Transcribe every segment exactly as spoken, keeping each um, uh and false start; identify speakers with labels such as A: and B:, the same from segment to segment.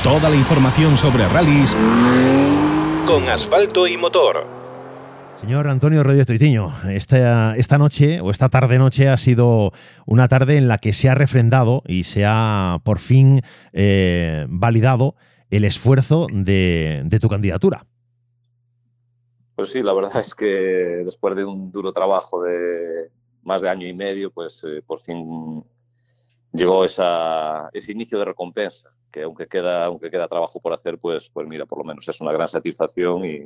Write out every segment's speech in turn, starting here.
A: Toda la información sobre rallies con Asfalto y Motor.
B: Señor Antonio Rodríguez Troitiño, esta, esta noche o esta tarde-noche ha sido una tarde en la que se ha refrendado y se ha por fin eh, validado el esfuerzo de, de tu candidatura.
C: Pues sí, la verdad es que después de un duro trabajo de más de año y medio, pues eh, por fin llegó esa, ese inicio de recompensa, que aunque queda, aunque queda trabajo por hacer, pues, pues mira, por lo menos es una gran satisfacción y,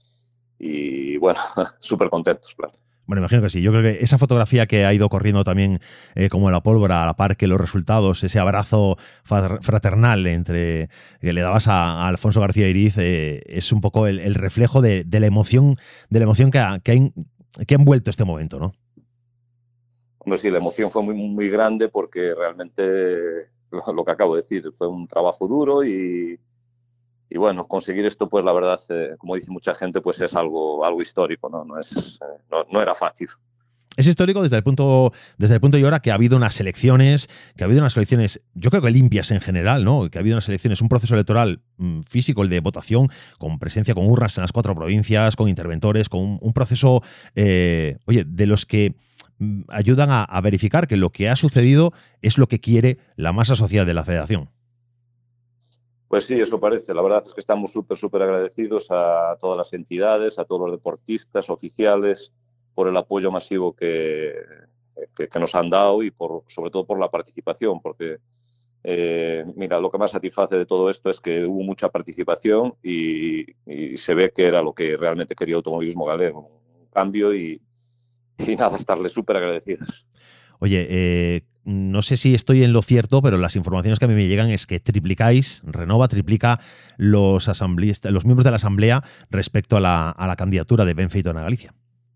C: y bueno, súper contentos, claro.
B: Bueno, imagino que sí. Yo creo que esa fotografía que ha ido corriendo también eh, como la pólvora a la par que los resultados, ese abrazo fraternal entre que le dabas a, a Alfonso García Iriz, eh, es un poco el, el reflejo de, de la emoción, de la emoción que ha, que, ha, que ha envuelto este momento, ¿no?
C: Hombre, sí, la emoción fue muy, muy grande porque realmente lo, lo que acabo de decir, fue un trabajo duro y, y bueno, conseguir esto, pues la verdad, eh, como dice mucha gente, pues es algo, algo histórico, ¿no? No, es, eh, no, no era fácil.
B: Es histórico desde el punto desde el punto de ahora que ha habido unas elecciones, que ha habido unas elecciones, yo creo que limpias en general, ¿no? Que ha habido unas elecciones, un proceso electoral mmm, físico, el de votación, con presencia, con urnas en las cuatro provincias, con interventores, con un, un proceso, eh, oye, de los que mmm, ayudan a, a verificar que lo que ha sucedido es lo que quiere la masa social de la Federación.
C: Pues sí, eso parece. La verdad es que estamos súper, súper agradecidos a todas las entidades, a todos los deportistas, oficiales, por el apoyo masivo que, que, que nos han dado y por, sobre todo por la participación, porque eh, mira, lo que más satisface de todo esto es que hubo mucha participación y, y se ve que era lo que realmente quería Automovilismo Galego, un cambio y, y nada, estarle súper agradecidos.
B: Oye, eh, no sé si estoy en lo cierto, pero las informaciones que a mí me llegan es que triplicáis, Renova triplica los asambleístas, los miembros de la Asamblea respecto a la, a la candidatura de Ben Feitoen a Galicia.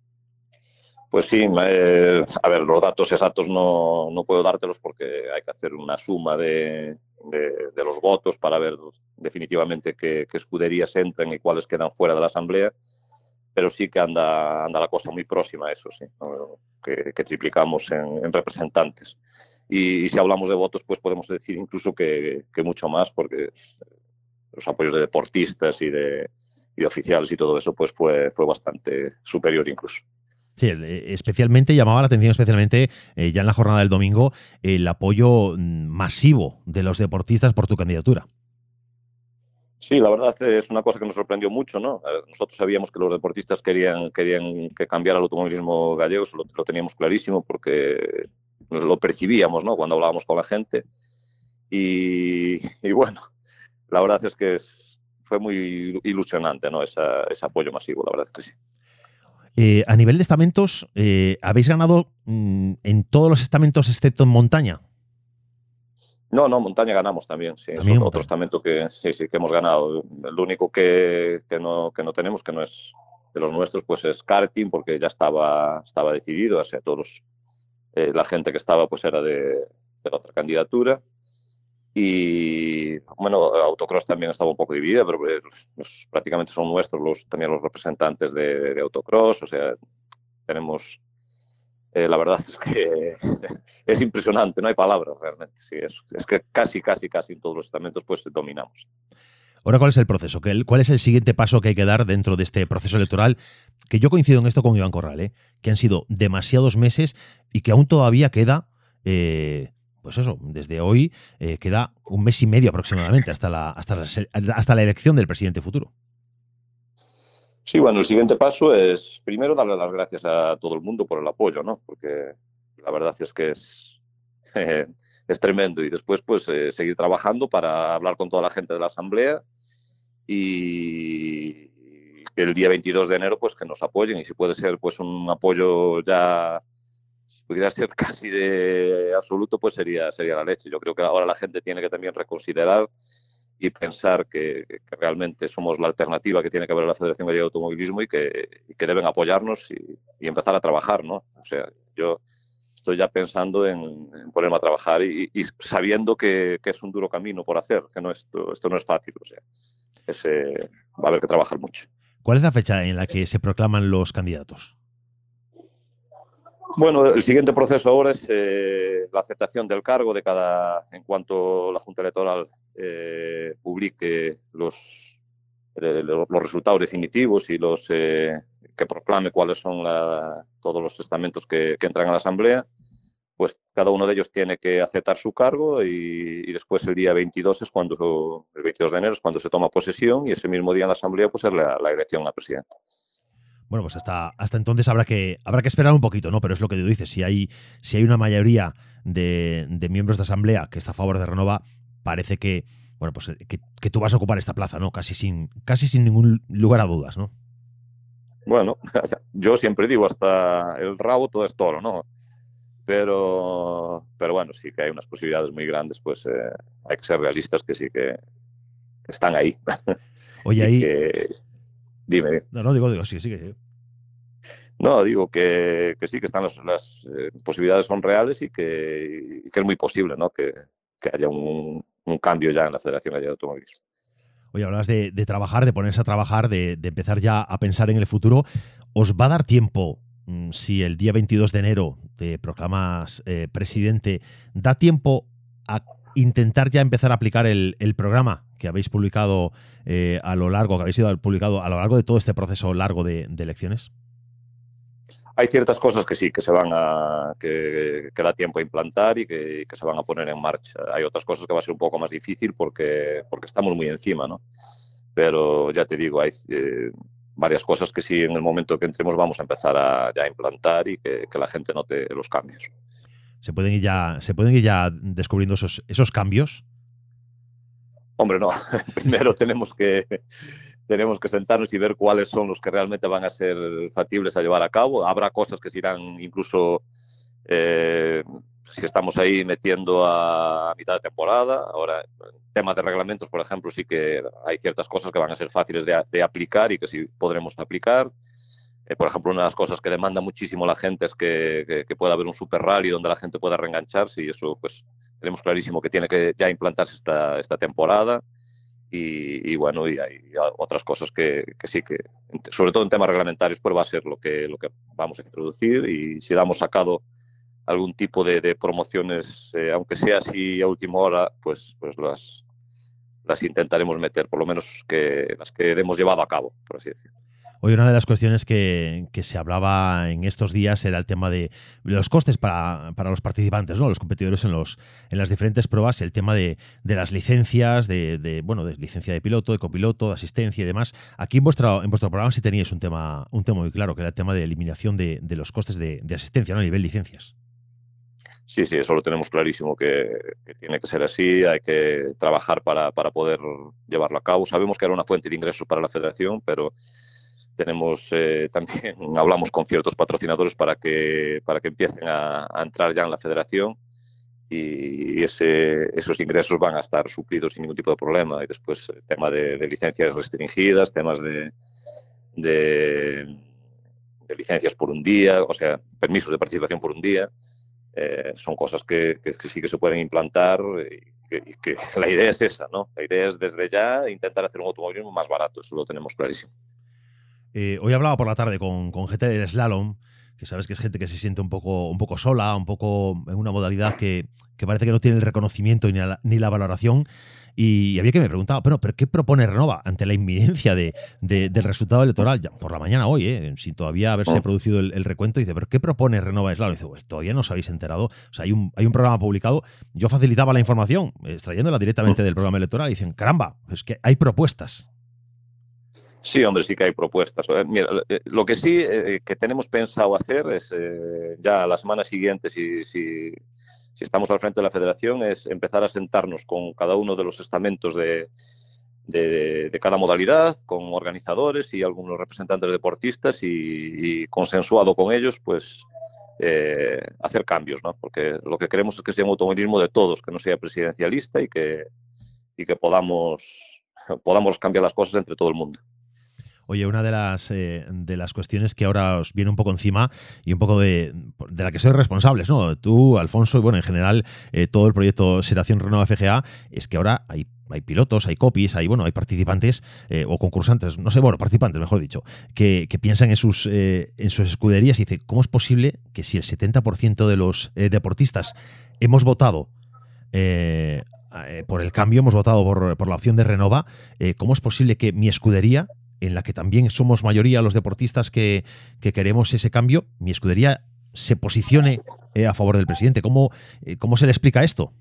C: Pues sí, eh, a ver, los datos exactos no, no puedo dártelos porque hay que hacer una suma de, de, de los votos para ver definitivamente qué, qué escuderías entran y cuáles quedan fuera de la Asamblea, pero sí que anda, anda la cosa muy próxima a eso, sí, ¿no? que, que triplicamos en, en representantes. Y, y si hablamos de votos, pues podemos decir incluso que, que mucho más, porque los apoyos de deportistas y de, y de oficiales y todo eso pues fue, fue bastante superior incluso.
B: Sí, especialmente llamaba la atención, especialmente eh, ya en la jornada del domingo, el apoyo masivo de los deportistas por tu candidatura.
C: Sí, la verdad es una cosa que nos sorprendió mucho, ¿no? Nosotros sabíamos que los deportistas querían, querían que cambiara el automovilismo gallego, lo, lo teníamos clarísimo porque lo percibíamos, ¿no? Cuando hablábamos con la gente. Y, y bueno, la verdad es que es, fue muy ilusionante, ¿no? Esa, ese apoyo masivo, la verdad es que sí.
B: Eh, a nivel de estamentos, eh, ¿habéis ganado mmm, en todos los estamentos excepto en montaña?
C: No, no, montaña ganamos también, sí,
B: ¿También
C: es otro estamento que sí, sí, que hemos ganado. Lo único que, que, no, que no tenemos, que no es de los nuestros, pues es karting, porque ya estaba, estaba decidido, o sea, todos eh, la gente que estaba pues era de, de la otra candidatura. Y bueno, autocross también estaba un poco dividida, pero pues, los, prácticamente son nuestros los, también los representantes de, de autocross, o sea, tenemos, eh, la verdad es que es impresionante, no hay palabras realmente, sí, es, es que casi, casi, casi en todos los estamentos pues dominamos.
B: Ahora, ¿cuál es el proceso? ¿Cuál es el siguiente paso que hay que dar dentro de este proceso electoral? Que yo coincido en esto con Iván Corral, ¿eh? Que han sido demasiados meses y que aún todavía queda... Eh, Pues eso, desde hoy eh, queda un mes y medio aproximadamente hasta la, hasta, la, hasta la elección del presidente futuro.
C: Sí, bueno, el siguiente paso es primero darle las gracias a todo el mundo por el apoyo, ¿no? Porque la verdad es que es, eh, es tremendo. Y después, pues, eh, seguir trabajando para hablar con toda la gente de la Asamblea y el día veintidós de enero, pues, que nos apoyen. Y si puede ser, pues, un apoyo ya... pudiera ser casi de absoluto, pues sería, sería la leche. Yo creo que ahora la gente tiene que también reconsiderar y pensar que, que realmente somos la alternativa que tiene que haber la Federación Gallega de Automovilismo y que, y que deben apoyarnos y, y empezar a trabajar, ¿no? O sea, yo estoy ya pensando en, en ponerme a trabajar y, y sabiendo que, que es un duro camino por hacer, que no esto, esto no es fácil, o sea, es, eh, va a haber que trabajar mucho.
B: ¿Cuál es la fecha en la que se proclaman los candidatos?
C: Bueno, el siguiente proceso ahora es eh, la aceptación del cargo de cada, en cuanto la Junta Electoral eh, publique los, eh, los resultados definitivos y los eh, que proclame cuáles son la, todos los estamentos que, que entran a la Asamblea, pues cada uno de ellos tiene que aceptar su cargo y, y después el día veintidós es cuando, el veintidós de enero es cuando se toma posesión y ese mismo día en la Asamblea pues es la, la elección al presidente.
B: Bueno, pues hasta, hasta entonces habrá que, habrá que esperar un poquito, ¿no? Pero es lo que tú dices, si hay, si hay una mayoría de, de miembros de Asamblea que está a favor de Renova, parece que, bueno, pues que, que tú vas a ocupar esta plaza, ¿no? Casi sin, casi sin ningún lugar a dudas, ¿no?
C: Bueno, yo siempre digo, hasta el rabo todo es toro, ¿no? Pero, pero bueno, sí que hay unas posibilidades muy grandes, pues eh, hay que ser realistas que sí que, que están ahí.
B: Oye, ahí...
C: Que, dime.
B: No, no, digo, digo, sí, sí que...
C: No, digo que, que sí, que están las, las eh, posibilidades son reales y que, y que es muy posible, ¿no? Que, que haya un, un cambio ya en la Federación Gallega de Automovilismo.
B: Oye, hablas de, de trabajar, de ponerse a trabajar, de, de empezar ya a pensar en el futuro. ¿Os va a dar tiempo, si el día veintidós de enero te proclamas eh, presidente, da tiempo a intentar ya empezar a aplicar el, el programa que habéis publicado eh, a lo largo, que habéis ido publicado a lo largo de todo este proceso largo de, de elecciones?
C: Hay ciertas cosas que sí, que se van a que, que da tiempo a implantar y que, que se van a poner en marcha. Hay otras cosas que va a ser un poco más difícil porque, porque estamos muy encima, ¿no? Pero ya te digo, hay eh, varias cosas que sí en el momento que entremos vamos a empezar a, ya a implantar y que, que la gente note los cambios.
B: ¿Se pueden ir ya, se pueden ir ya descubriendo esos, esos cambios?
C: Hombre, no. Primero tenemos que... Tenemos que sentarnos y ver cuáles son los que realmente van a ser factibles a llevar a cabo. Habrá cosas que se irán incluso, eh, si estamos ahí metiendo a mitad de temporada. Ahora, temas de reglamentos, por ejemplo, sí que hay ciertas cosas que van a ser fáciles de, de aplicar y que sí podremos aplicar. Eh, por ejemplo, una de las cosas que demanda muchísimo la gente es que, que, que pueda haber un super rally donde la gente pueda reengancharse y eso pues tenemos clarísimo que tiene que ya implantarse esta, esta temporada. Y, y bueno, y hay otras cosas que, que sí que, sobre todo en temas reglamentarios, pues va a ser lo que, lo que vamos a introducir y si hemos sacado algún tipo de, de promociones, eh, aunque sea así a última hora, pues, pues las, las intentaremos meter, por lo menos que las que hemos llevado a cabo, por así decirlo.
B: Hoy una de las cuestiones que, que se hablaba en estos días era el tema de los costes para, para los participantes, ¿no? Los competidores en los en las diferentes pruebas, el tema de, de las licencias, de, de bueno, de licencia de piloto, de copiloto, de asistencia y demás. Aquí en vuestro, en vuestro programa sí teníais un tema, un tema muy claro, que era el tema de eliminación de, de los costes de, de asistencia, ¿no? A nivel licencias.
C: Sí, sí, eso lo tenemos clarísimo, que, que tiene que ser así, hay que trabajar para, para poder llevarlo a cabo. Sabemos que era una fuente de ingresos para la federación, pero tenemos eh, también hablamos con ciertos patrocinadores para que para que empiecen a, a entrar ya en la federación y ese, esos ingresos van a estar suplidos sin ningún tipo de problema. Y después el tema de, de licencias restringidas, temas de, de, de licencias por un día, o sea, permisos de participación por un día, eh, son cosas que, que, que sí que se pueden implantar y que, y que la idea es esa, ¿no? La idea es desde ya intentar hacer un automovilismo más barato, eso lo tenemos clarísimo.
B: Eh, hoy hablaba por la tarde con, con gente del slalom, que sabes que es gente que se siente un poco, un poco sola, un poco en una modalidad que, que parece que no tiene el reconocimiento ni la, ni la valoración. Y había que me preguntaba, pero, ¿pero qué propone Renova ante la inminencia de, de, del resultado electoral? Ya, por la mañana hoy, eh, sin todavía haberse producido el, el recuento, dice, ¿pero qué propone Renova Slalom? Y dice, pues todavía no os habéis enterado. O sea, hay un, hay un programa publicado. Yo facilitaba la información, extrayéndola directamente del programa electoral, y dicen, caramba, es que hay propuestas.
C: Sí, hombre, sí que hay propuestas. Mira, lo que sí eh, que tenemos pensado hacer es, eh, ya la semana siguiente, si, si, si estamos al frente de la federación, es empezar a sentarnos con cada uno de los estamentos de, de, de cada modalidad, con organizadores y algunos representantes deportistas y, y consensuado con ellos, pues eh, hacer cambios, ¿no? Porque lo que queremos es que sea un automovilismo de todos, que no sea presidencialista y que, y que podamos, podamos cambiar las cosas entre todo el mundo.
B: Oye, una de las, eh, de las cuestiones que ahora os viene un poco encima y un poco de, de la que sois responsables, ¿no? Tú, Alfonso, y bueno, en general, eh, todo el proyecto Seración Renova F G A, es que ahora hay, hay pilotos, hay copies, hay, bueno, hay participantes eh, o concursantes, no sé, bueno, participantes, mejor dicho, que, que piensan en sus, eh, en sus escuderías y dicen, ¿cómo es posible que si el setenta por ciento de los eh, deportistas hemos votado eh, eh, por el cambio, hemos votado por, por la opción de Renova. Eh, ¿Cómo es posible que mi escudería, en la que también somos mayoría los deportistas que, que queremos ese cambio, mi escudería se posicione eh, a favor del presidente? ¿Cómo, eh, ¿Cómo se le explica esto?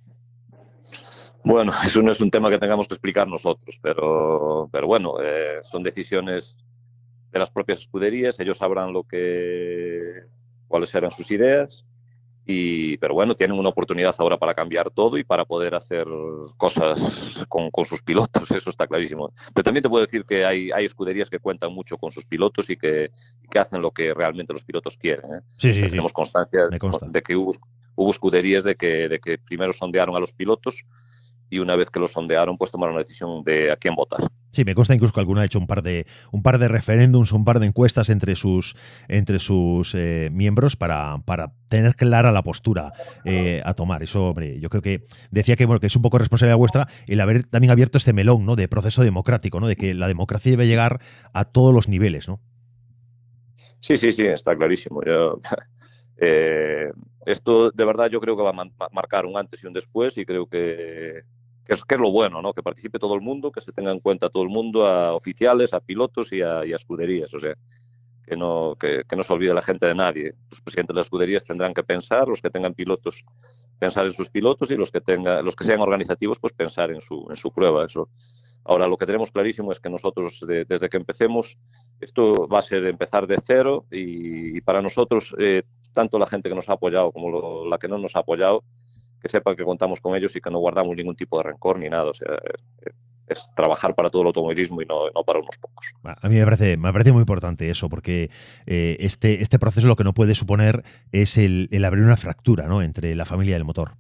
C: Bueno, eso no es un tema que tengamos que explicar nosotros, pero, pero bueno, eh, son decisiones de las propias escuderías, ellos sabrán lo que, cuáles eran sus ideas, y, pero bueno, tienen una oportunidad ahora para cambiar todo y para poder hacer cosas con, con sus pilotos, eso está clarísimo. Pero también te puedo decir que hay, hay escuderías que cuentan mucho con sus pilotos y que, y que hacen lo que realmente los pilotos quieren, ¿eh?
B: Sí, sí, sí.
C: Tenemos constancia
B: Me consta.
C: de que hubo, hubo escuderías de que, de que primero sondearon a los pilotos y una vez que los sondearon, pues tomaron la decisión de a quién votar.
B: Sí, me consta incluso que alguna ha hecho un par de un par de referéndums, un par de encuestas entre sus entre sus eh, miembros para, para tener clara la postura eh, a tomar. Eso, hombre, yo creo que decía que, bueno, que es un poco responsabilidad vuestra el haber también abierto este melón, ¿no?, de proceso democrático, ¿no?, de que la democracia debe llegar a todos los niveles, ¿no?
C: Sí, sí, sí, está clarísimo. Yo, eh, esto de verdad yo creo que va a man marcar un antes y un después y creo que Que es, que es lo bueno, ¿no? Que participe todo el mundo, que se tenga en cuenta todo el mundo, a oficiales, a pilotos y a, y a escuderías. O sea, que no, que, que no se olvide la gente de nadie. Los presidentes de las escuderías tendrán que pensar, los que tengan pilotos, pensar en sus pilotos y los que, tenga, los que sean organizativos, pues pensar en su, en su prueba. Eso. Ahora, lo que tenemos clarísimo es que nosotros, de, desde que empecemos, esto va a ser empezar de cero y, y para nosotros, eh, tanto la gente que nos ha apoyado como lo, la que no nos ha apoyado, que sepan que contamos con ellos y que no guardamos ningún tipo de rencor ni nada. O sea, es, es trabajar para todo el automovilismo y no, no para unos pocos.
B: A mí me parece, me parece muy importante eso, porque eh, este, este proceso lo que no puede suponer es el, el abrir una fractura, ¿no?, entre la familia y el motor.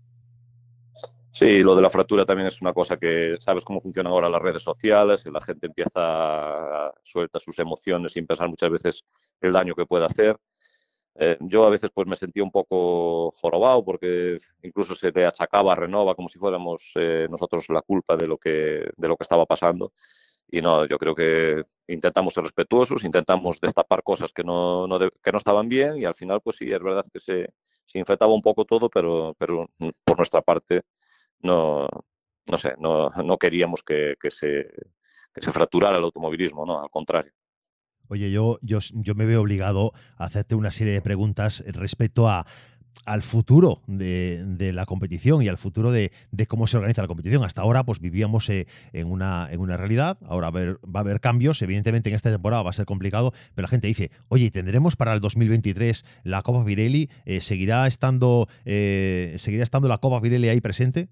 C: Sí, lo de la fractura también es una cosa que sabes cómo funcionan ahora las redes sociales, y la gente empieza a suelta sus emociones sin pensar muchas veces el daño que puede hacer. Eh, yo a veces pues me sentía un poco jorobado porque incluso se le achacaba a Renova como si fuéramos eh, nosotros la culpa de lo que de lo que estaba pasando. Y no, yo creo que intentamos ser respetuosos, intentamos destapar cosas que no, no de, que no estaban bien y al final pues sí, es verdad que se, se infectaba un poco todo, pero, pero por nuestra parte no, no sé, no, no queríamos que, que, se, que se fracturara el automovilismo, no, al contrario.
B: Oye, yo, yo, yo me veo obligado a hacerte una serie de preguntas respecto a, al futuro de, de la competición y al futuro de, de cómo se organiza la competición. Hasta ahora pues vivíamos eh, en, una, en una realidad, ahora va a, haber, va a haber cambios, evidentemente en esta temporada va a ser complicado, pero la gente dice, oye, ¿tendremos para el dos mil veintitrés la Copa Pirelli? Eh, ¿seguirá, estando, eh, ¿Seguirá estando la Copa Pirelli ahí presente?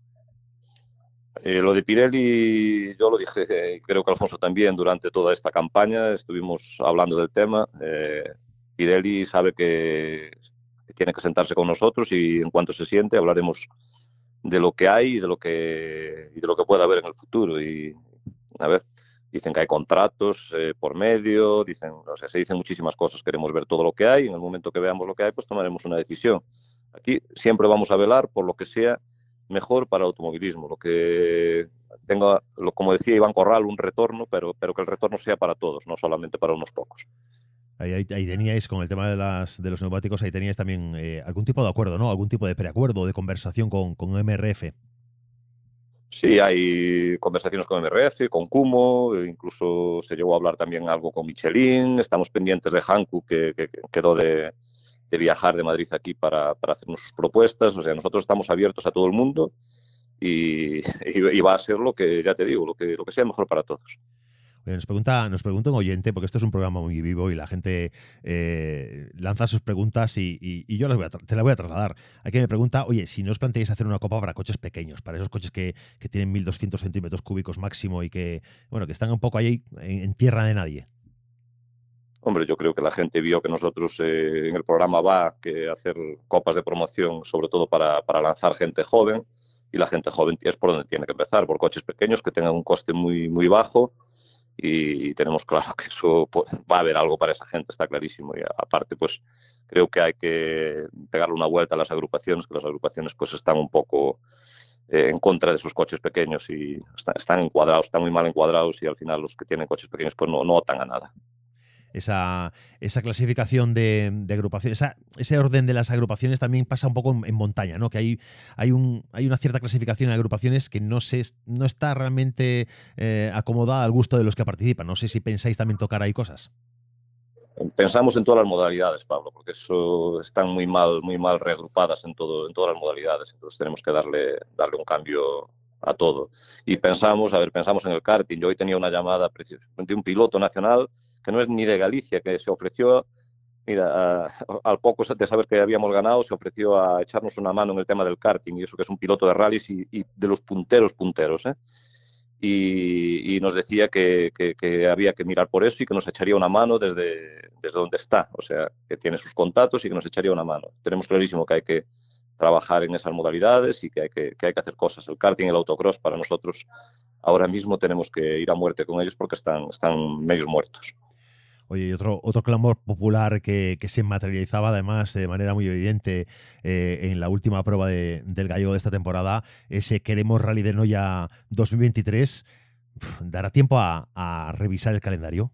C: Eh, lo de Pirelli, yo lo dije, eh, creo que Alfonso también, durante toda esta campaña estuvimos hablando del tema. Eh, Pirelli sabe que, que tiene que sentarse con nosotros y en cuanto se siente hablaremos de lo que hay y de lo que, y de lo que pueda haber en el futuro. Y a ver, dicen que hay contratos eh, por medio, dicen, o sea, se dicen muchísimas cosas, queremos ver todo lo que hay, en el momento que veamos lo que hay, pues tomaremos una decisión. Aquí siempre vamos a velar por lo que sea mejor para el automovilismo, lo que tenga, lo, como decía Iván Corral, un retorno, pero, pero que el retorno sea para todos, no solamente para unos pocos.
B: Ahí, ahí, ahí teníais, con el tema de, las, de los neumáticos, ahí teníais también eh, algún tipo de acuerdo, ¿no? Algún tipo de preacuerdo, de conversación con, con M R F.
C: Sí, hay conversaciones con M R F, con Kumo, incluso se llegó a hablar también algo con Michelin, estamos pendientes de Hankook, que, que, que quedó de, de viajar de Madrid aquí para, para hacernos sus propuestas. O sea, nosotros estamos abiertos a todo el mundo y, y, y va a ser lo que, ya te digo, lo que, lo que sea mejor para todos.
B: Oye, nos pregunta, nos pregunta un oyente, porque esto es un programa muy vivo y la gente eh, lanza sus preguntas y, y, y yo las voy a te las voy a trasladar. Aquí me pregunta, oye, si no os planteáis hacer una copa para coches pequeños, para esos coches que, que tienen mil doscientos centímetros cúbicos máximo y que, bueno, que están un poco ahí en, en tierra de nadie.
C: Hombre, yo creo que la gente vio que nosotros eh, en el programa va que hacer copas de promoción, sobre todo para, para lanzar gente joven, y la gente joven es por donde tiene que empezar, por coches pequeños que tengan un coste muy, muy bajo, y tenemos claro que eso pues, va a haber algo para esa gente, está clarísimo. Y aparte, pues creo que hay que pegarle una vuelta a las agrupaciones, que las agrupaciones pues están un poco eh, en contra de sus coches pequeños y están, están encuadrados, están muy mal encuadrados y al final los que tienen coches pequeños pues no, no votan a nada.
B: esa, esa clasificación de, de agrupaciones, esa, ese orden de las agrupaciones también pasa un poco en, en montaña, ¿no? Que hay, hay, un, hay una cierta clasificación de agrupaciones que no, se, no está realmente eh, acomodada al gusto de los que participan. No sé si pensáis también tocar ahí cosas.
C: Pensamos en todas las modalidades, Pablo, porque eso están muy mal, muy mal reagrupadas en, todo, en todas las modalidades. Entonces tenemos que darle, darle un cambio a todo. Y pensamos, a ver, pensamos en el karting. Yo hoy tenía una llamada de un piloto nacional que no es ni de Galicia, que se ofreció, mira, a, al poco de saber que habíamos ganado, se ofreció a echarnos una mano en el tema del karting, y eso que es un piloto de rallies y, y de los punteros, punteros, ¿eh? Y, y nos decía que, que, que había que mirar por eso y que nos echaría una mano desde, desde donde está, o sea, que tiene sus contactos y que nos echaría una mano. Tenemos clarísimo que hay que trabajar en esas modalidades y que hay que, que hay que hacer cosas. El karting y el autocross para nosotros ahora mismo tenemos que ir a muerte con ellos porque están, están medios muertos.
B: Oye, y otro, otro clamor popular que, que se materializaba además de manera muy evidente eh, en la última prueba de, del gallego de esta temporada, ese Queremos Rally de Noia dos mil veintitrés. ¿Dará tiempo a, a revisar el calendario?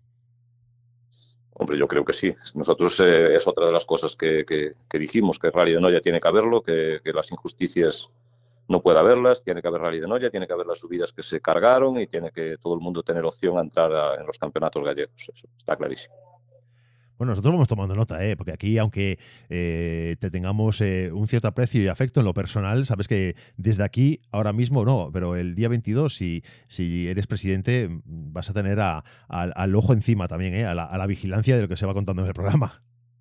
C: Hombre, yo creo que sí. Nosotros eh, es otra de las cosas que, que, que dijimos, que el Rally de Noia tiene que haberlo, que, que las injusticias no puede haberlas, tiene que haber Rally de Noia, tiene que haber las subidas que se cargaron y tiene que todo el mundo tener opción a entrar a, en los campeonatos gallegos. Eso está clarísimo.
B: Bueno, nosotros vamos tomando nota, ¿eh? Porque aquí, aunque eh, te tengamos eh, un cierto aprecio y afecto en lo personal, sabes que desde aquí, ahora mismo no, pero el día veintidós, si, si eres presidente, vas a tener a, a, al ojo encima también, ¿eh? A la, a la vigilancia de lo que se va contando en el programa.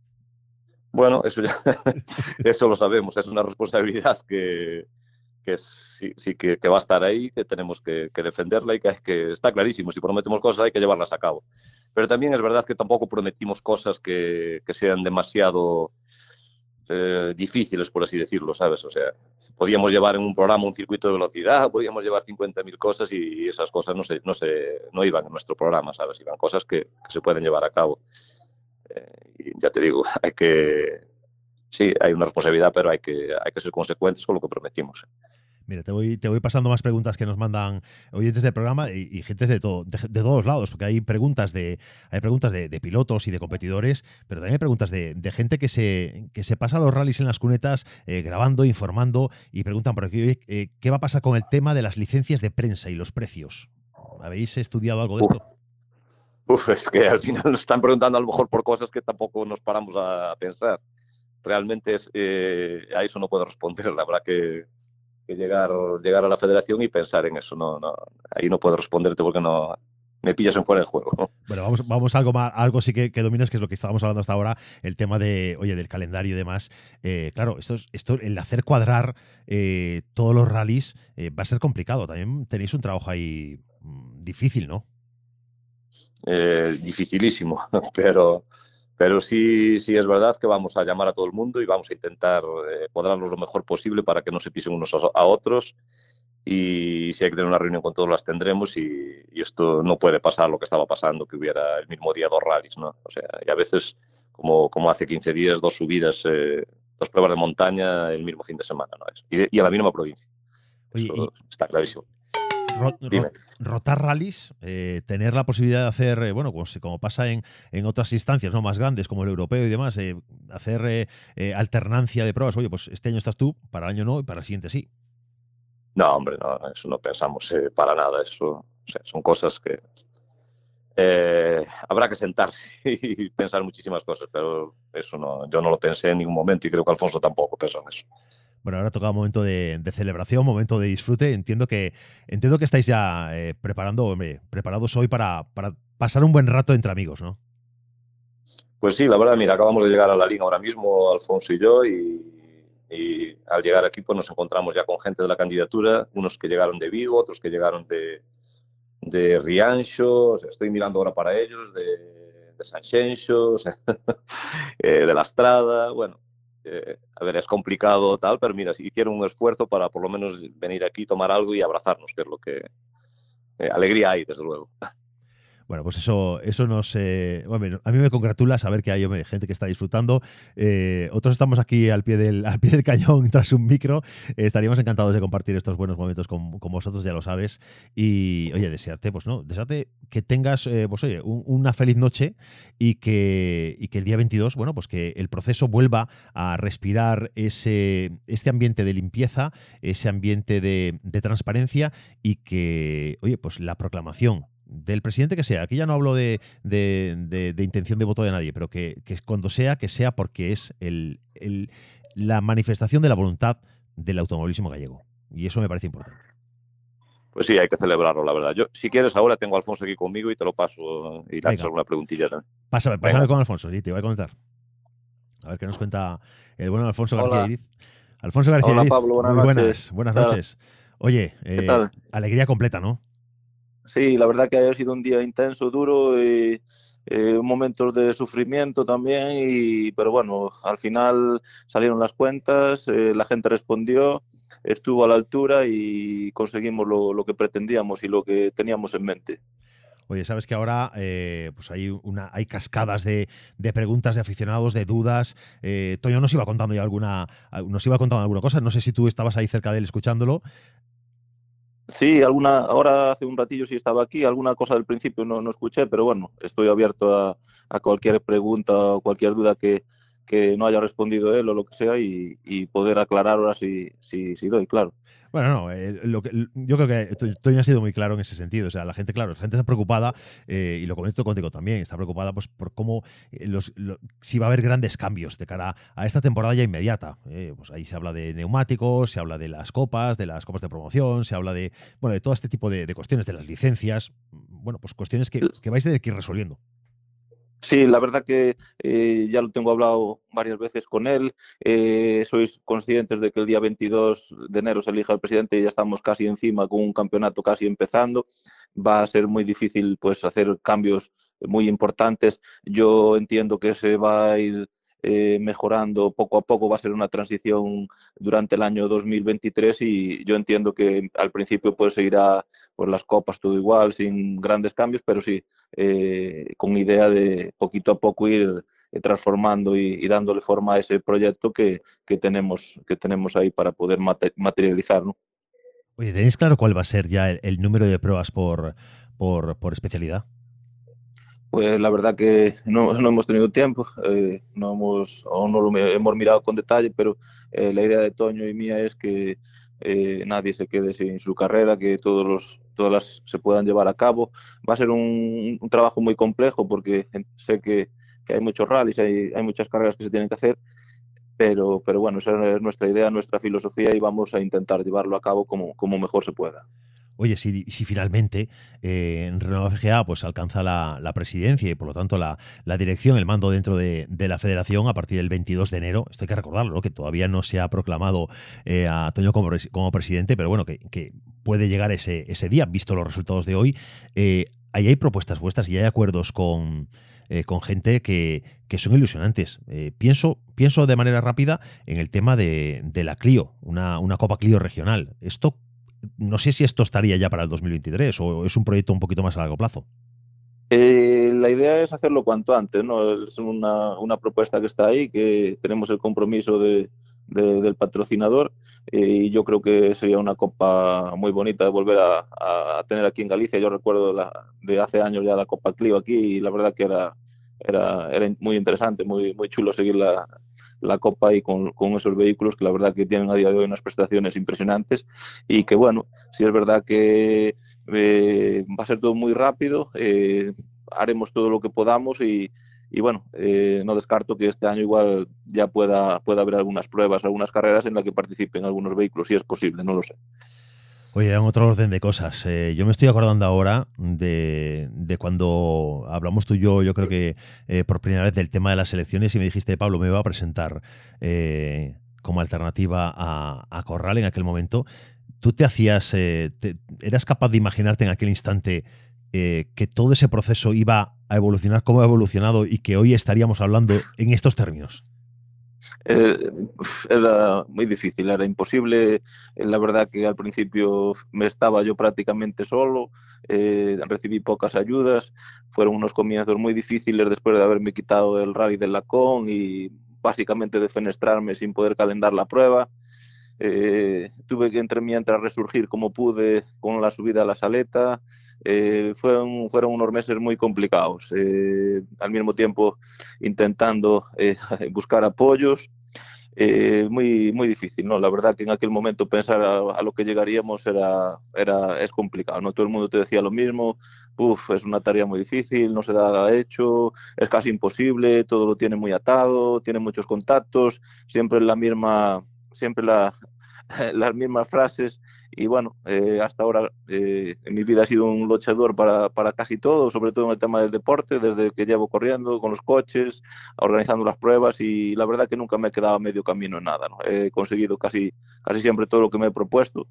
C: Bueno, eso ya eso lo sabemos, es una responsabilidad que, que sí, sí que, que va a estar ahí, que tenemos que, que defenderla y que, que está clarísimo, si prometemos cosas hay que llevarlas a cabo. Pero también es verdad que tampoco prometimos cosas que, que sean demasiado eh, difíciles, por así decirlo, ¿sabes? O sea, podíamos llevar en un programa un circuito de velocidad, podíamos llevar cincuenta mil cosas y esas cosas no, se, no, se, no iban en nuestro programa, ¿sabes? Iban cosas que, que se pueden llevar a cabo. Eh, y ya te digo, hay que... Sí, hay una responsabilidad, pero hay que, hay que ser consecuentes con lo que prometimos.
B: Mira, te voy, te voy pasando más preguntas que nos mandan oyentes del programa y, y gente de, todo, de, de todos lados, porque hay preguntas de hay preguntas de, de pilotos y de competidores, pero también hay preguntas de, de gente que se, que se pasa los rallies en las cunetas eh, grabando, informando y preguntan por aquí, eh, ¿qué va a pasar con el tema de las licencias de prensa y los precios? ¿Habéis estudiado algo de
C: Uf,
B: esto?
C: uf, es que al final nos están preguntando a lo mejor por cosas que tampoco nos paramos a pensar. Realmente es, eh, a eso no puedo responder, habrá que que llegar, llegar a la federación y pensar en eso. No, no, ahí no puedo responderte porque no me pillas en fuera de juego.
B: Bueno, vamos, vamos a algo más, algo sí que, que dominas, que es lo que estábamos hablando hasta ahora, el tema de, oye, del calendario y demás. Eh, claro, esto, esto, el hacer cuadrar eh, todos los rallies eh, va a ser complicado. También tenéis un trabajo ahí mmm, difícil, ¿no?
C: Eh, dificilísimo, pero, pero sí, sí es verdad que vamos a llamar a todo el mundo y vamos a intentar eh, cuadrarlos lo mejor posible para que no se pisen unos a, a otros. Y si hay que tener una reunión con todos, las tendremos y, y esto no puede pasar lo que estaba pasando, que hubiera el mismo día dos rallies, ¿no? O sea, y a veces, como, como hace quince días, dos subidas, eh, dos pruebas de montaña el mismo fin de semana, ¿no? Y, y a la misma provincia.
B: Oye,
C: Eso
B: y
C: está clarísimo.
B: Rot, rot, rotar rallies, eh, tener la posibilidad de hacer, eh, bueno, pues, como pasa en, en otras instancias no más grandes como el europeo y demás, eh, hacer eh, eh, alternancia de pruebas. Oye, pues este año estás tú, para el año no y para el siguiente sí.
C: No, hombre, no, eso no pensamos eh, para nada. Eso, o sea, son cosas que eh, habrá que sentarse y pensar muchísimas cosas, pero eso no, yo no lo pensé en ningún momento y creo que Alfonso tampoco pensó en eso.
B: Bueno, ahora toca un momento de, de celebración, momento de disfrute. Entiendo que entiendo que estáis ya eh, preparando, hombre, preparados hoy para, para pasar un buen rato entre amigos, ¿no?
C: Pues sí, la verdad, mira, acabamos de llegar a la liga ahora mismo, Alfonso y yo, y, y al llegar aquí pues nos encontramos ya con gente de la candidatura, unos que llegaron de Vigo, otros que llegaron de, de Rianxo, o sea, estoy mirando ahora para ellos, de, de Sanxenxo, o sea, eh, de La Estrada, bueno. Eh, a ver, es complicado tal, pero mira, hicieron un esfuerzo para por lo menos venir aquí, tomar algo y abrazarnos, que es lo que... Eh, alegría hay, desde luego.
B: Bueno, pues eso, eso nos. Eh, bueno, a mí me congratula saber que hay hombre, gente que está disfrutando. Eh, otros estamos aquí al pie del, al pie del cañón tras un micro. Eh, estaríamos encantados de compartir estos buenos momentos con, con vosotros, ya lo sabes. Y, oye, desearte, pues no, desearte que tengas, eh, pues oye, un, una feliz noche y que, y que el día veintidós, bueno, pues que el proceso vuelva a respirar ese, este ambiente de limpieza, ese ambiente de, de transparencia y que, oye, pues la proclamación del presidente que sea, aquí ya no hablo de, de, de, de intención de voto de nadie, pero que, que cuando sea, que sea porque es el, el, la manifestación de la voluntad del automovilismo gallego. Y eso me parece importante.
C: Pues sí, hay que celebrarlo, la verdad. Yo, si quieres, ahora tengo a Alfonso aquí conmigo y te lo paso y le haces alguna preguntilla también.
B: Pásame, pásame con Alfonso, sí, te voy a comentar. A ver qué nos cuenta el bueno Alfonso García
D: Hola.
B: Iriz. Alfonso García
D: Hola,
B: Iriz,
D: Pablo, buenas
B: muy buenas,
D: noches.
B: buenas
D: ¿Qué tal?
B: noches. Oye, eh,
D: ¿Qué tal?
B: alegría completa, ¿no?
D: Sí, la verdad que ha sido un día intenso, duro y eh, momentos de sufrimiento también, y, pero bueno, al final salieron las cuentas, eh, la gente respondió, estuvo a la altura y conseguimos lo, lo que pretendíamos y lo que teníamos en mente.
B: Oye, sabes que ahora eh, pues hay una, hay cascadas de, de preguntas de aficionados, de dudas. Eh, Toño nos iba contando ya alguna, nos iba contando alguna cosa. No sé si tú estabas ahí cerca de él escuchándolo.
D: Sí, alguna, ahora hace un ratillo sí estaba aquí, alguna cosa del principio no, no escuché, pero bueno, estoy abierto a, a cualquier pregunta o cualquier duda que, que no haya respondido él o lo que sea, y, y poder aclarar ahora si, si, si doy, claro.
B: Bueno, no, eh, lo que, yo creo que Toño ha sido muy claro en ese sentido. O sea, la gente, claro, la gente está preocupada, eh, y lo comento contigo también, está preocupada pues, por cómo, eh, los, lo, si va a haber grandes cambios de cara a esta temporada ya inmediata. Eh, pues ahí se habla de neumáticos, se habla de las copas, de las copas de promoción, se habla de, bueno, de todo este tipo de, de cuestiones, de las licencias. Bueno, pues cuestiones que, que vais a tener que ir resolviendo.
D: Sí, la verdad que eh, ya lo tengo hablado varias veces con él. Eh, sois conscientes de que el día veintidós de enero se elija el presidente y ya estamos casi encima con un campeonato casi empezando. Va a ser muy difícil pues hacer cambios muy importantes. Yo entiendo que se va a ir eh, mejorando poco a poco, va a ser una transición durante el año dos mil veintitrés, y yo entiendo que al principio pues seguirá por las copas todo igual, sin grandes cambios, pero sí, eh, con idea de poquito a poco ir eh, transformando y, y dándole forma a ese proyecto que, que, tenemos, que tenemos ahí para poder mate, materializar, ¿no?
B: Oye, ¿tenéis claro cuál va a ser ya el, el número de pruebas por, por, por especialidad?
D: Pues la verdad que no, no hemos tenido tiempo, eh, no hemos, o no lo hemos mirado con detalle, pero eh, la idea de Toño y mía es que eh, nadie se quede sin su carrera, que todos los, todas las se puedan llevar a cabo. Va a ser un, un trabajo muy complejo porque sé que, que hay muchos rallies, hay, hay muchas carreras que se tienen que hacer, pero, pero bueno, esa es nuestra idea, nuestra filosofía, y vamos a intentar llevarlo a cabo como, como mejor se pueda.
B: Oye, si, si finalmente eh, Renault F G A pues, alcanza la, la presidencia y por lo tanto la, la dirección, el mando dentro de, de la federación a partir del veintidós de enero, esto hay que recordarlo, ¿no? Que todavía no se ha proclamado eh, a Toño como, como presidente, pero bueno, que, que puede llegar ese, ese día, visto los resultados de hoy. Eh, ahí hay propuestas vuestras y hay acuerdos con, eh, con gente que, que son ilusionantes. Eh, pienso, pienso de manera rápida en el tema de, de la Clio, una, una Copa Clio regional. Esto no sé si esto estaría ya para el dos mil veintitrés o es un proyecto un poquito más a largo plazo.
D: Eh, la idea es hacerlo cuanto antes, ¿no? Es una, una propuesta que está ahí, que tenemos el compromiso de, de, del patrocinador, eh, y yo creo que sería una copa muy bonita de volver a, a tener aquí en Galicia. Yo recuerdo la, de hace años ya la Copa Clio aquí, y la verdad que era, era, era muy interesante, muy, muy chulo seguir la, la Copa y con, con esos vehículos que la verdad que tienen a día de hoy unas prestaciones impresionantes, y que bueno, si es verdad que eh, va a ser todo muy rápido, eh, haremos todo lo que podamos y, y bueno, eh, no descarto que este año igual ya pueda, pueda haber algunas pruebas, algunas carreras en las que participen algunos vehículos, si es posible, no lo sé.
B: Oye, en otro orden de cosas, eh, yo me estoy acordando ahora de, de cuando hablamos tú y yo, yo creo que eh, por primera vez del tema de las elecciones, y me dijiste, Pablo, me va a presentar eh, como alternativa a, a Corral en aquel momento. ¿Tú te hacías, eh, te, eras capaz de imaginarte en aquel instante eh, que todo ese proceso iba a evolucionar como ha evolucionado y que hoy estaríamos hablando en estos términos?
D: Eh, era muy difícil, era imposible. Eh, La verdad que al principio me estaba yo prácticamente solo, eh, recibí pocas ayudas, fueron unos comienzos muy difíciles después de haberme quitado el rally del Lacón y básicamente defenestrarme sin poder calendar la prueba. Eh, tuve que entre mientras resurgir como pude con la subida a la Saleta. Eh, fueron, fueron unos meses muy complicados, eh, al mismo tiempo intentando eh, buscar apoyos, eh, muy, muy difícil, ¿no? La verdad que en aquel momento pensar a, a lo que llegaríamos era, era, es complicado, ¿no? Todo el mundo te decía lo mismo, uf, es una tarea muy difícil, no se da hecho, es casi imposible, todo lo tiene muy atado, tiene muchos contactos, siempre la misma, siempre la, las mismas frases y bueno, eh, hasta ahora eh, en mi vida he sido un luchador para, para casi todo, sobre todo en el tema del deporte, desde que llevo corriendo con los coches, organizando las pruebas y la verdad que nunca me he quedado a medio camino en nada, ¿no? He conseguido casi, casi siempre todo lo que me he propuesto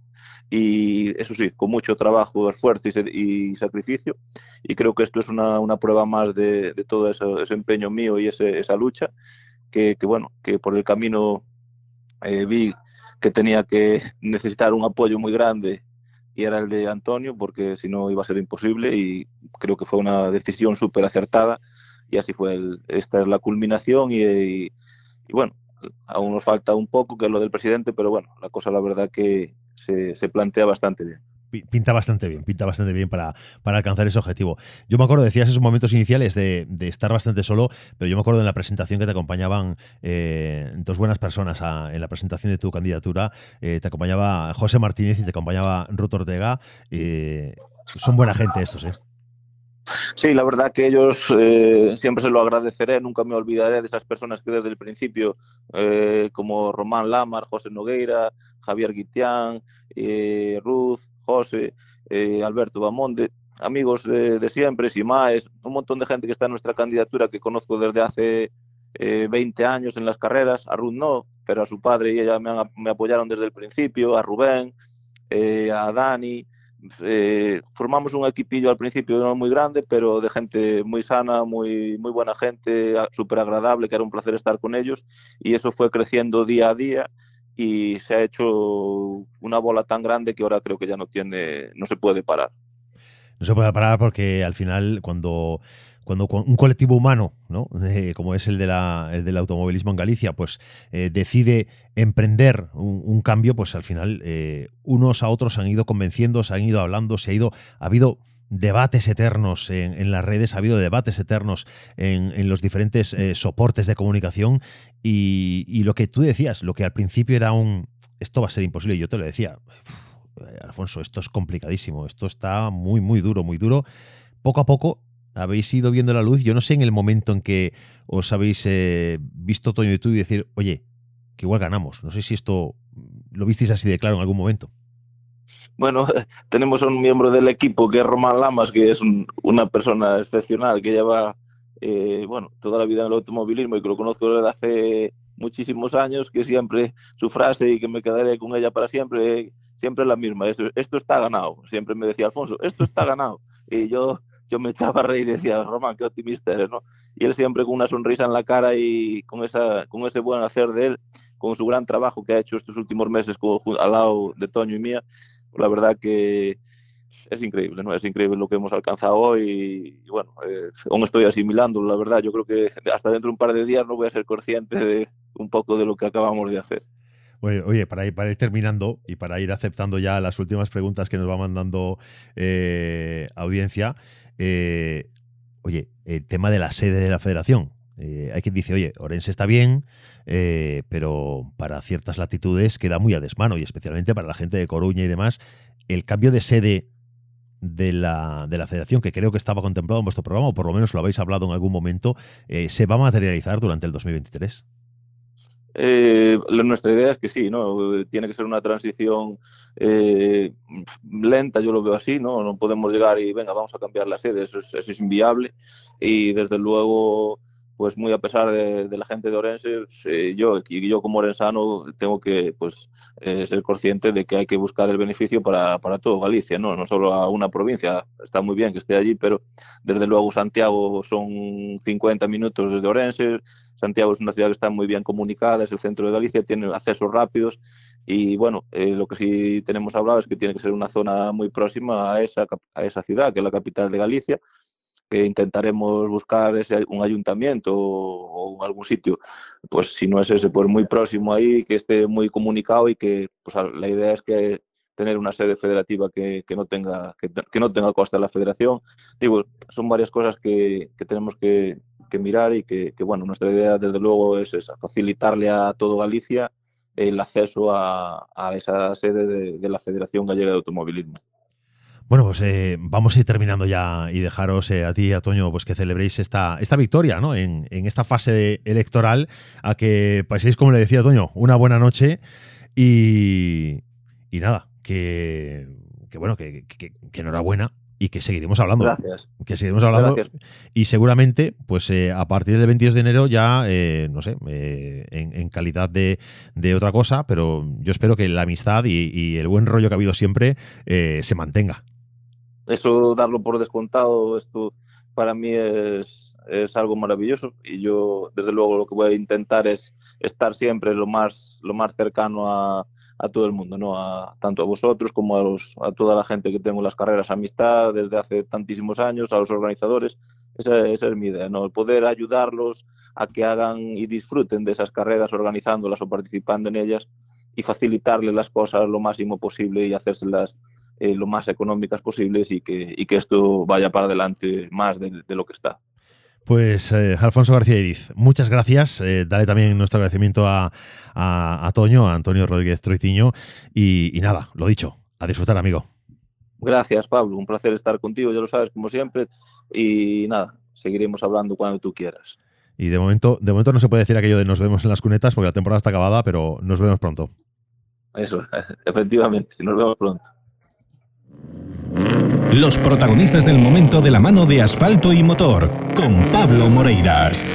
D: y eso sí, con mucho trabajo, esfuerzo y, y sacrificio y creo que esto es una, una prueba más de, de todo ese, ese, empeño mío y ese, esa lucha que, que bueno, que por el camino eh, vi que tenía que necesitar un apoyo muy grande y era el de Antonio, porque si no iba a ser imposible y creo que fue una decisión súper acertada y así fue. El, esta es la culminación y, y, y, bueno, aún nos falta un poco, que es lo del presidente, pero bueno, la cosa la verdad que se, se plantea bastante bien.
B: Pinta bastante bien, pinta bastante bien para, para alcanzar ese objetivo. Yo me acuerdo, decías esos momentos iniciales de, de estar bastante solo, pero yo me acuerdo en la presentación que te acompañaban eh, dos buenas personas a, en la presentación de tu candidatura. Eh, te acompañaba José Martínez y te acompañaba Ruth Ortega. Eh, son buena gente estos, ¿eh?
D: Sí, la verdad que ellos eh, siempre se lo agradeceré, nunca me olvidaré de esas personas que desde el principio, eh, como Román Lamar, José Nogueira, Javier Guitián, eh, Ruth, José, eh, Alberto Bamonde, amigos de, de siempre, Simaes, un montón de gente que está en nuestra candidatura que conozco desde hace eh, veinte años en las carreras, a Ruth no, pero a su padre y ella me, han, me apoyaron desde el principio, a Rubén, eh, a Dani. Eh, formamos un equipillo al principio no muy grande, pero de gente muy sana, muy, muy buena gente, súper agradable, que era un placer estar con ellos y eso fue creciendo día a día y se ha hecho una bola tan grande que ahora creo que ya no tiene, no se puede parar.
B: No se puede parar porque al final cuando, cuando un colectivo humano, ¿no? Eh, como es el, de la, el del automovilismo en Galicia, pues eh, decide emprender un, un cambio, pues al final eh, unos a otros han ido convenciendo, se han ido hablando, se ha ido, ha habido debates eternos en, en las redes, ha habido debates eternos en, en los diferentes eh, soportes de comunicación y, y lo que tú decías, lo que al principio era un esto va a ser imposible, yo te lo decía, Alfonso, esto es complicadísimo, esto está muy, muy duro, muy duro. Poco a poco habéis ido viendo la luz. Yo no sé en el momento en que os habéis eh, visto Toño y tú y decir, oye, que igual ganamos. No sé si esto lo visteis así de claro en algún momento.
D: Bueno, tenemos a un miembro del equipo que es Román Lamas, que es un, una persona excepcional, que lleva eh, bueno, toda la vida en el automovilismo y que lo conozco desde hace muchísimos años, que siempre su frase y que me quedaré con ella para siempre, siempre es la misma, esto, esto está ganado. Siempre me decía, Alfonso, esto está ganado. Y yo, yo me echaba a reír y decía, Román, qué optimista eres, ¿no? Y él siempre con una sonrisa en la cara y con, esa, con ese buen hacer de él, con su gran trabajo que ha hecho estos últimos meses con, al lado de Toño y mía, la verdad que es increíble, ¿no? Es increíble lo que hemos alcanzado hoy y, y bueno, eh, aún estoy asimilando, la verdad. Yo creo que hasta dentro de un par de días no voy a ser consciente de un poco de lo que acabamos de hacer.
B: Oye, oye para, ir, para ir terminando y para ir aceptando ya las últimas preguntas que nos va mandando eh, audiencia, eh, oye, el tema de la sede de la federación. Eh, hay quien dice, oye, Orense está bien, eh, pero para ciertas latitudes queda muy a desmano y especialmente para la gente de Coruña y demás, el cambio de sede de la, de la federación, que creo que estaba contemplado en vuestro programa, o por lo menos lo habéis hablado en algún momento, eh, ¿se va a materializar durante el dos mil veintitrés?
D: Eh, nuestra idea es que sí, ¿no? Tiene que ser una transición eh, lenta, yo lo veo así, ¿no? No podemos llegar y venga, vamos a cambiar la sede, eso es, eso es inviable y desde luego pues muy a pesar de, de la gente de Orense, eh, yo, y yo como orensano tengo que pues, eh, ser consciente de que hay que buscar el beneficio para, para todo Galicia, ¿no? No solo a una provincia. Está muy bien que esté allí, pero desde luego Santiago son cincuenta minutos desde Orense. Santiago es una ciudad que está muy bien comunicada, es el centro de Galicia, tiene accesos rápidos y bueno, eh, lo que sí tenemos hablado es que tiene que ser una zona muy próxima a esa, a esa ciudad, que es la capital de Galicia, que intentaremos buscar ese, un ayuntamiento o, o algún sitio, pues si no es ese, pues muy próximo ahí, que esté muy comunicado y que pues la idea es que tener una sede federativa que, que no tenga que, que no tenga coste a la federación. Digo, son varias cosas que, que tenemos que, que mirar y que, que, bueno, nuestra idea desde luego es esa, facilitarle a todo Galicia el acceso a, a esa sede de, de la Federación Gallega de Automovilismo.
B: Bueno, pues eh, vamos a ir terminando ya y dejaros eh, a ti y a Toño pues que celebréis esta, esta victoria, ¿no? En, en esta fase electoral, a que paséis, como le decía Toño, una buena noche y, y nada, que, que bueno, que, que, que enhorabuena y que seguiremos hablando.
D: Gracias.
B: Que seguiremos hablando.
D: Gracias.
B: Y seguramente, pues eh, a partir del veintidós de enero ya, eh, no sé, eh, en, en calidad de, de otra cosa, pero yo espero que la amistad y, y el buen rollo que ha habido siempre eh, se mantenga.
D: Eso, darlo por descontado, esto para mí es, es algo maravilloso y yo desde luego lo que voy a intentar es estar siempre lo más, lo más cercano a, a todo el mundo, ¿no? A, tanto a vosotros como a, los, a toda la gente que tengo en las carreras amistad desde hace tantísimos años, a los organizadores. Esa, esa es mi idea, ¿no? El poder ayudarlos a que hagan y disfruten de esas carreras organizándolas o participando en ellas y facilitarles las cosas lo máximo posible y hacérselas Eh, lo más económicas posibles y que, y que esto vaya para adelante más de, de lo que está.
B: Pues eh, Alfonso García Iriz, muchas gracias. Eh, dale también nuestro agradecimiento a, a, a Toño, a Antonio Rodríguez Troitiño y, y nada, lo dicho, a disfrutar, amigo.
D: Gracias, Pablo, un placer estar contigo, ya lo sabes, como siempre, y nada, seguiremos hablando cuando tú quieras.
B: Y de momento, de momento no se puede decir aquello de nos vemos en las cunetas porque la temporada está acabada, pero nos vemos pronto.
D: Eso, efectivamente, nos vemos pronto.
A: Los protagonistas del momento de la mano de Asfalto y Motor, con Pablo Moreiras.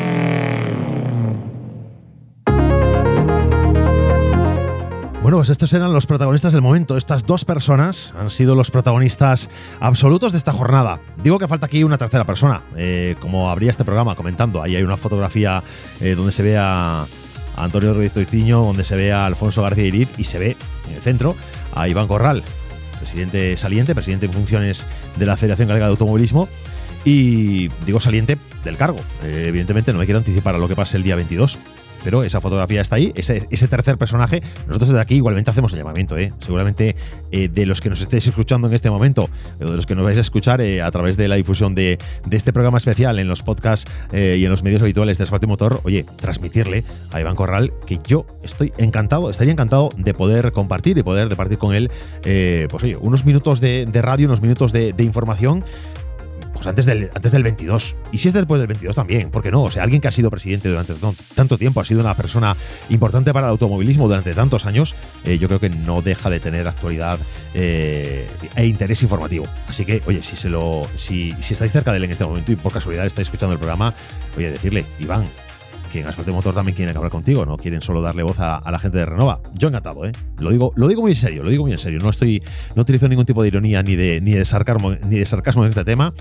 B: Bueno, pues estos eran los protagonistas del momento. Estas dos personas han sido los protagonistas absolutos de esta jornada. Digo que falta aquí una tercera persona, eh, como habría este programa comentando. Ahí hay una fotografía eh, donde se ve a Antonio Rodríguez Troitiño, donde se ve a Alfonso García Iriz y se ve en el centro a Iván Corral, presidente saliente, presidente en funciones de la Federación Galega de Automovilismo, y digo saliente del cargo. Eh, evidentemente no me quiero anticipar a lo que pase el día veintidós, pero esa fotografía está ahí, ese, ese tercer personaje. Nosotros desde aquí igualmente hacemos el llamamiento, ¿eh? Seguramente eh, de los que nos estéis escuchando en este momento, o de los que nos vais a escuchar eh, a través de la difusión de, de este programa especial en los podcasts eh, y en los medios habituales de Asfalto y Motor, oye, transmitirle a Iván Corral que yo estoy encantado, estaría encantado de poder compartir y poder departir con él, eh, pues oye, unos minutos de, de radio, unos minutos de, de información, pues antes del, antes del veintidós. Y si es después del veintidós también, ¿por qué no? O sea, alguien que ha sido presidente durante tanto tiempo, ha sido una persona importante para el automovilismo durante tantos años, eh, yo creo que no deja de tener actualidad eh, e interés informativo. Así que, oye, si, se lo, si, si estáis cerca de él en este momento y por casualidad estáis escuchando el programa, oye, decirle, Iván, que en Asfalto y Motor también quieren hablar contigo, no quieren solo darle voz a, a la gente de Renova. Yo encantado, ¿eh? Lo digo, lo digo muy en serio, lo digo muy en serio. No estoy, no utilizo ningún tipo de ironía ni de, ni de sarcasmo, ni de sarcasmo en este tema.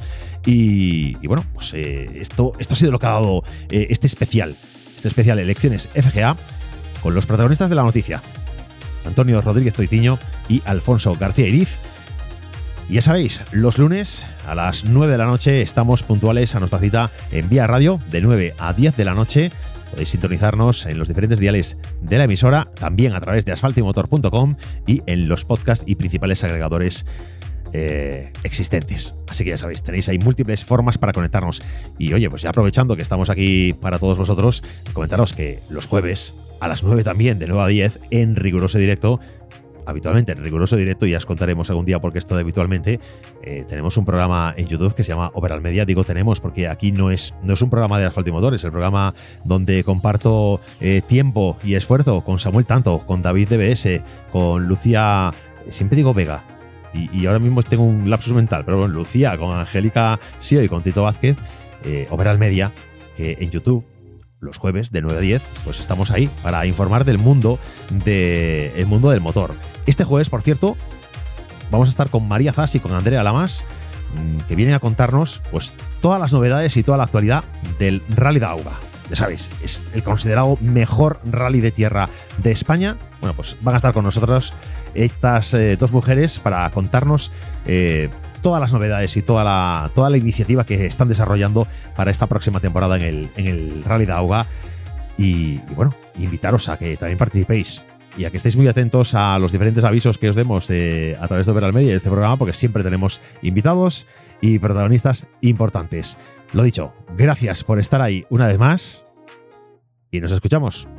B: Y, y bueno, pues eh, esto, esto ha sido lo que ha dado eh, este especial, este especial Elecciones F G A, con los protagonistas de la noticia, Antonio Rodríguez Troitiño y Alfonso García Iriz. Y ya sabéis, los lunes a las nueve de la noche estamos puntuales a nuestra cita en Vía Radio, de nueve a diez de la noche. Podéis sintonizarnos en los diferentes diales de la emisora, también a través de asfalto y motor punto com y en los podcasts y principales agregadores eh, existentes. Así que ya sabéis, tenéis ahí múltiples formas para conectarnos. Y oye, pues ya aprovechando que estamos aquí para todos vosotros, comentaros que los jueves a las nueve también, de nueve a diez, en riguroso directo, habitualmente en riguroso directo, ya os contaremos algún día porque esto de habitualmente, eh, tenemos un programa en YouTube que se llama Overall Media. Digo tenemos porque aquí no es, no es un programa de Asfalto y Motor, es el programa donde comparto eh, tiempo y esfuerzo con Samuel Tanto, con David D B S, con Lucía, siempre digo Vega, y, y ahora mismo tengo un lapsus mental, pero con Lucía, con Angélica Sío y con Tito Vázquez, eh, Overall Media, que en YouTube, los jueves de nueve a diez, pues estamos ahí para informar del mundo, de, el mundo del motor. Este jueves, por cierto, vamos a estar con María Zas y con Andrea Lamas, que vienen a contarnos pues todas las novedades y toda la actualidad del Rally Dauga. Ya sabéis, es el considerado mejor rally de tierra de España. Bueno, pues van a estar con nosotros estas eh, dos mujeres para contarnos eh, todas las novedades y toda la, toda la iniciativa que están desarrollando para esta próxima temporada en el, en el Rally Dauga. Y, y bueno, invitaros a que también participéis y a que estéis muy atentos a los diferentes avisos que os demos eh, a través de Overall Media de este programa, porque siempre tenemos invitados y protagonistas importantes. Lo dicho, gracias por estar ahí una vez más y nos escuchamos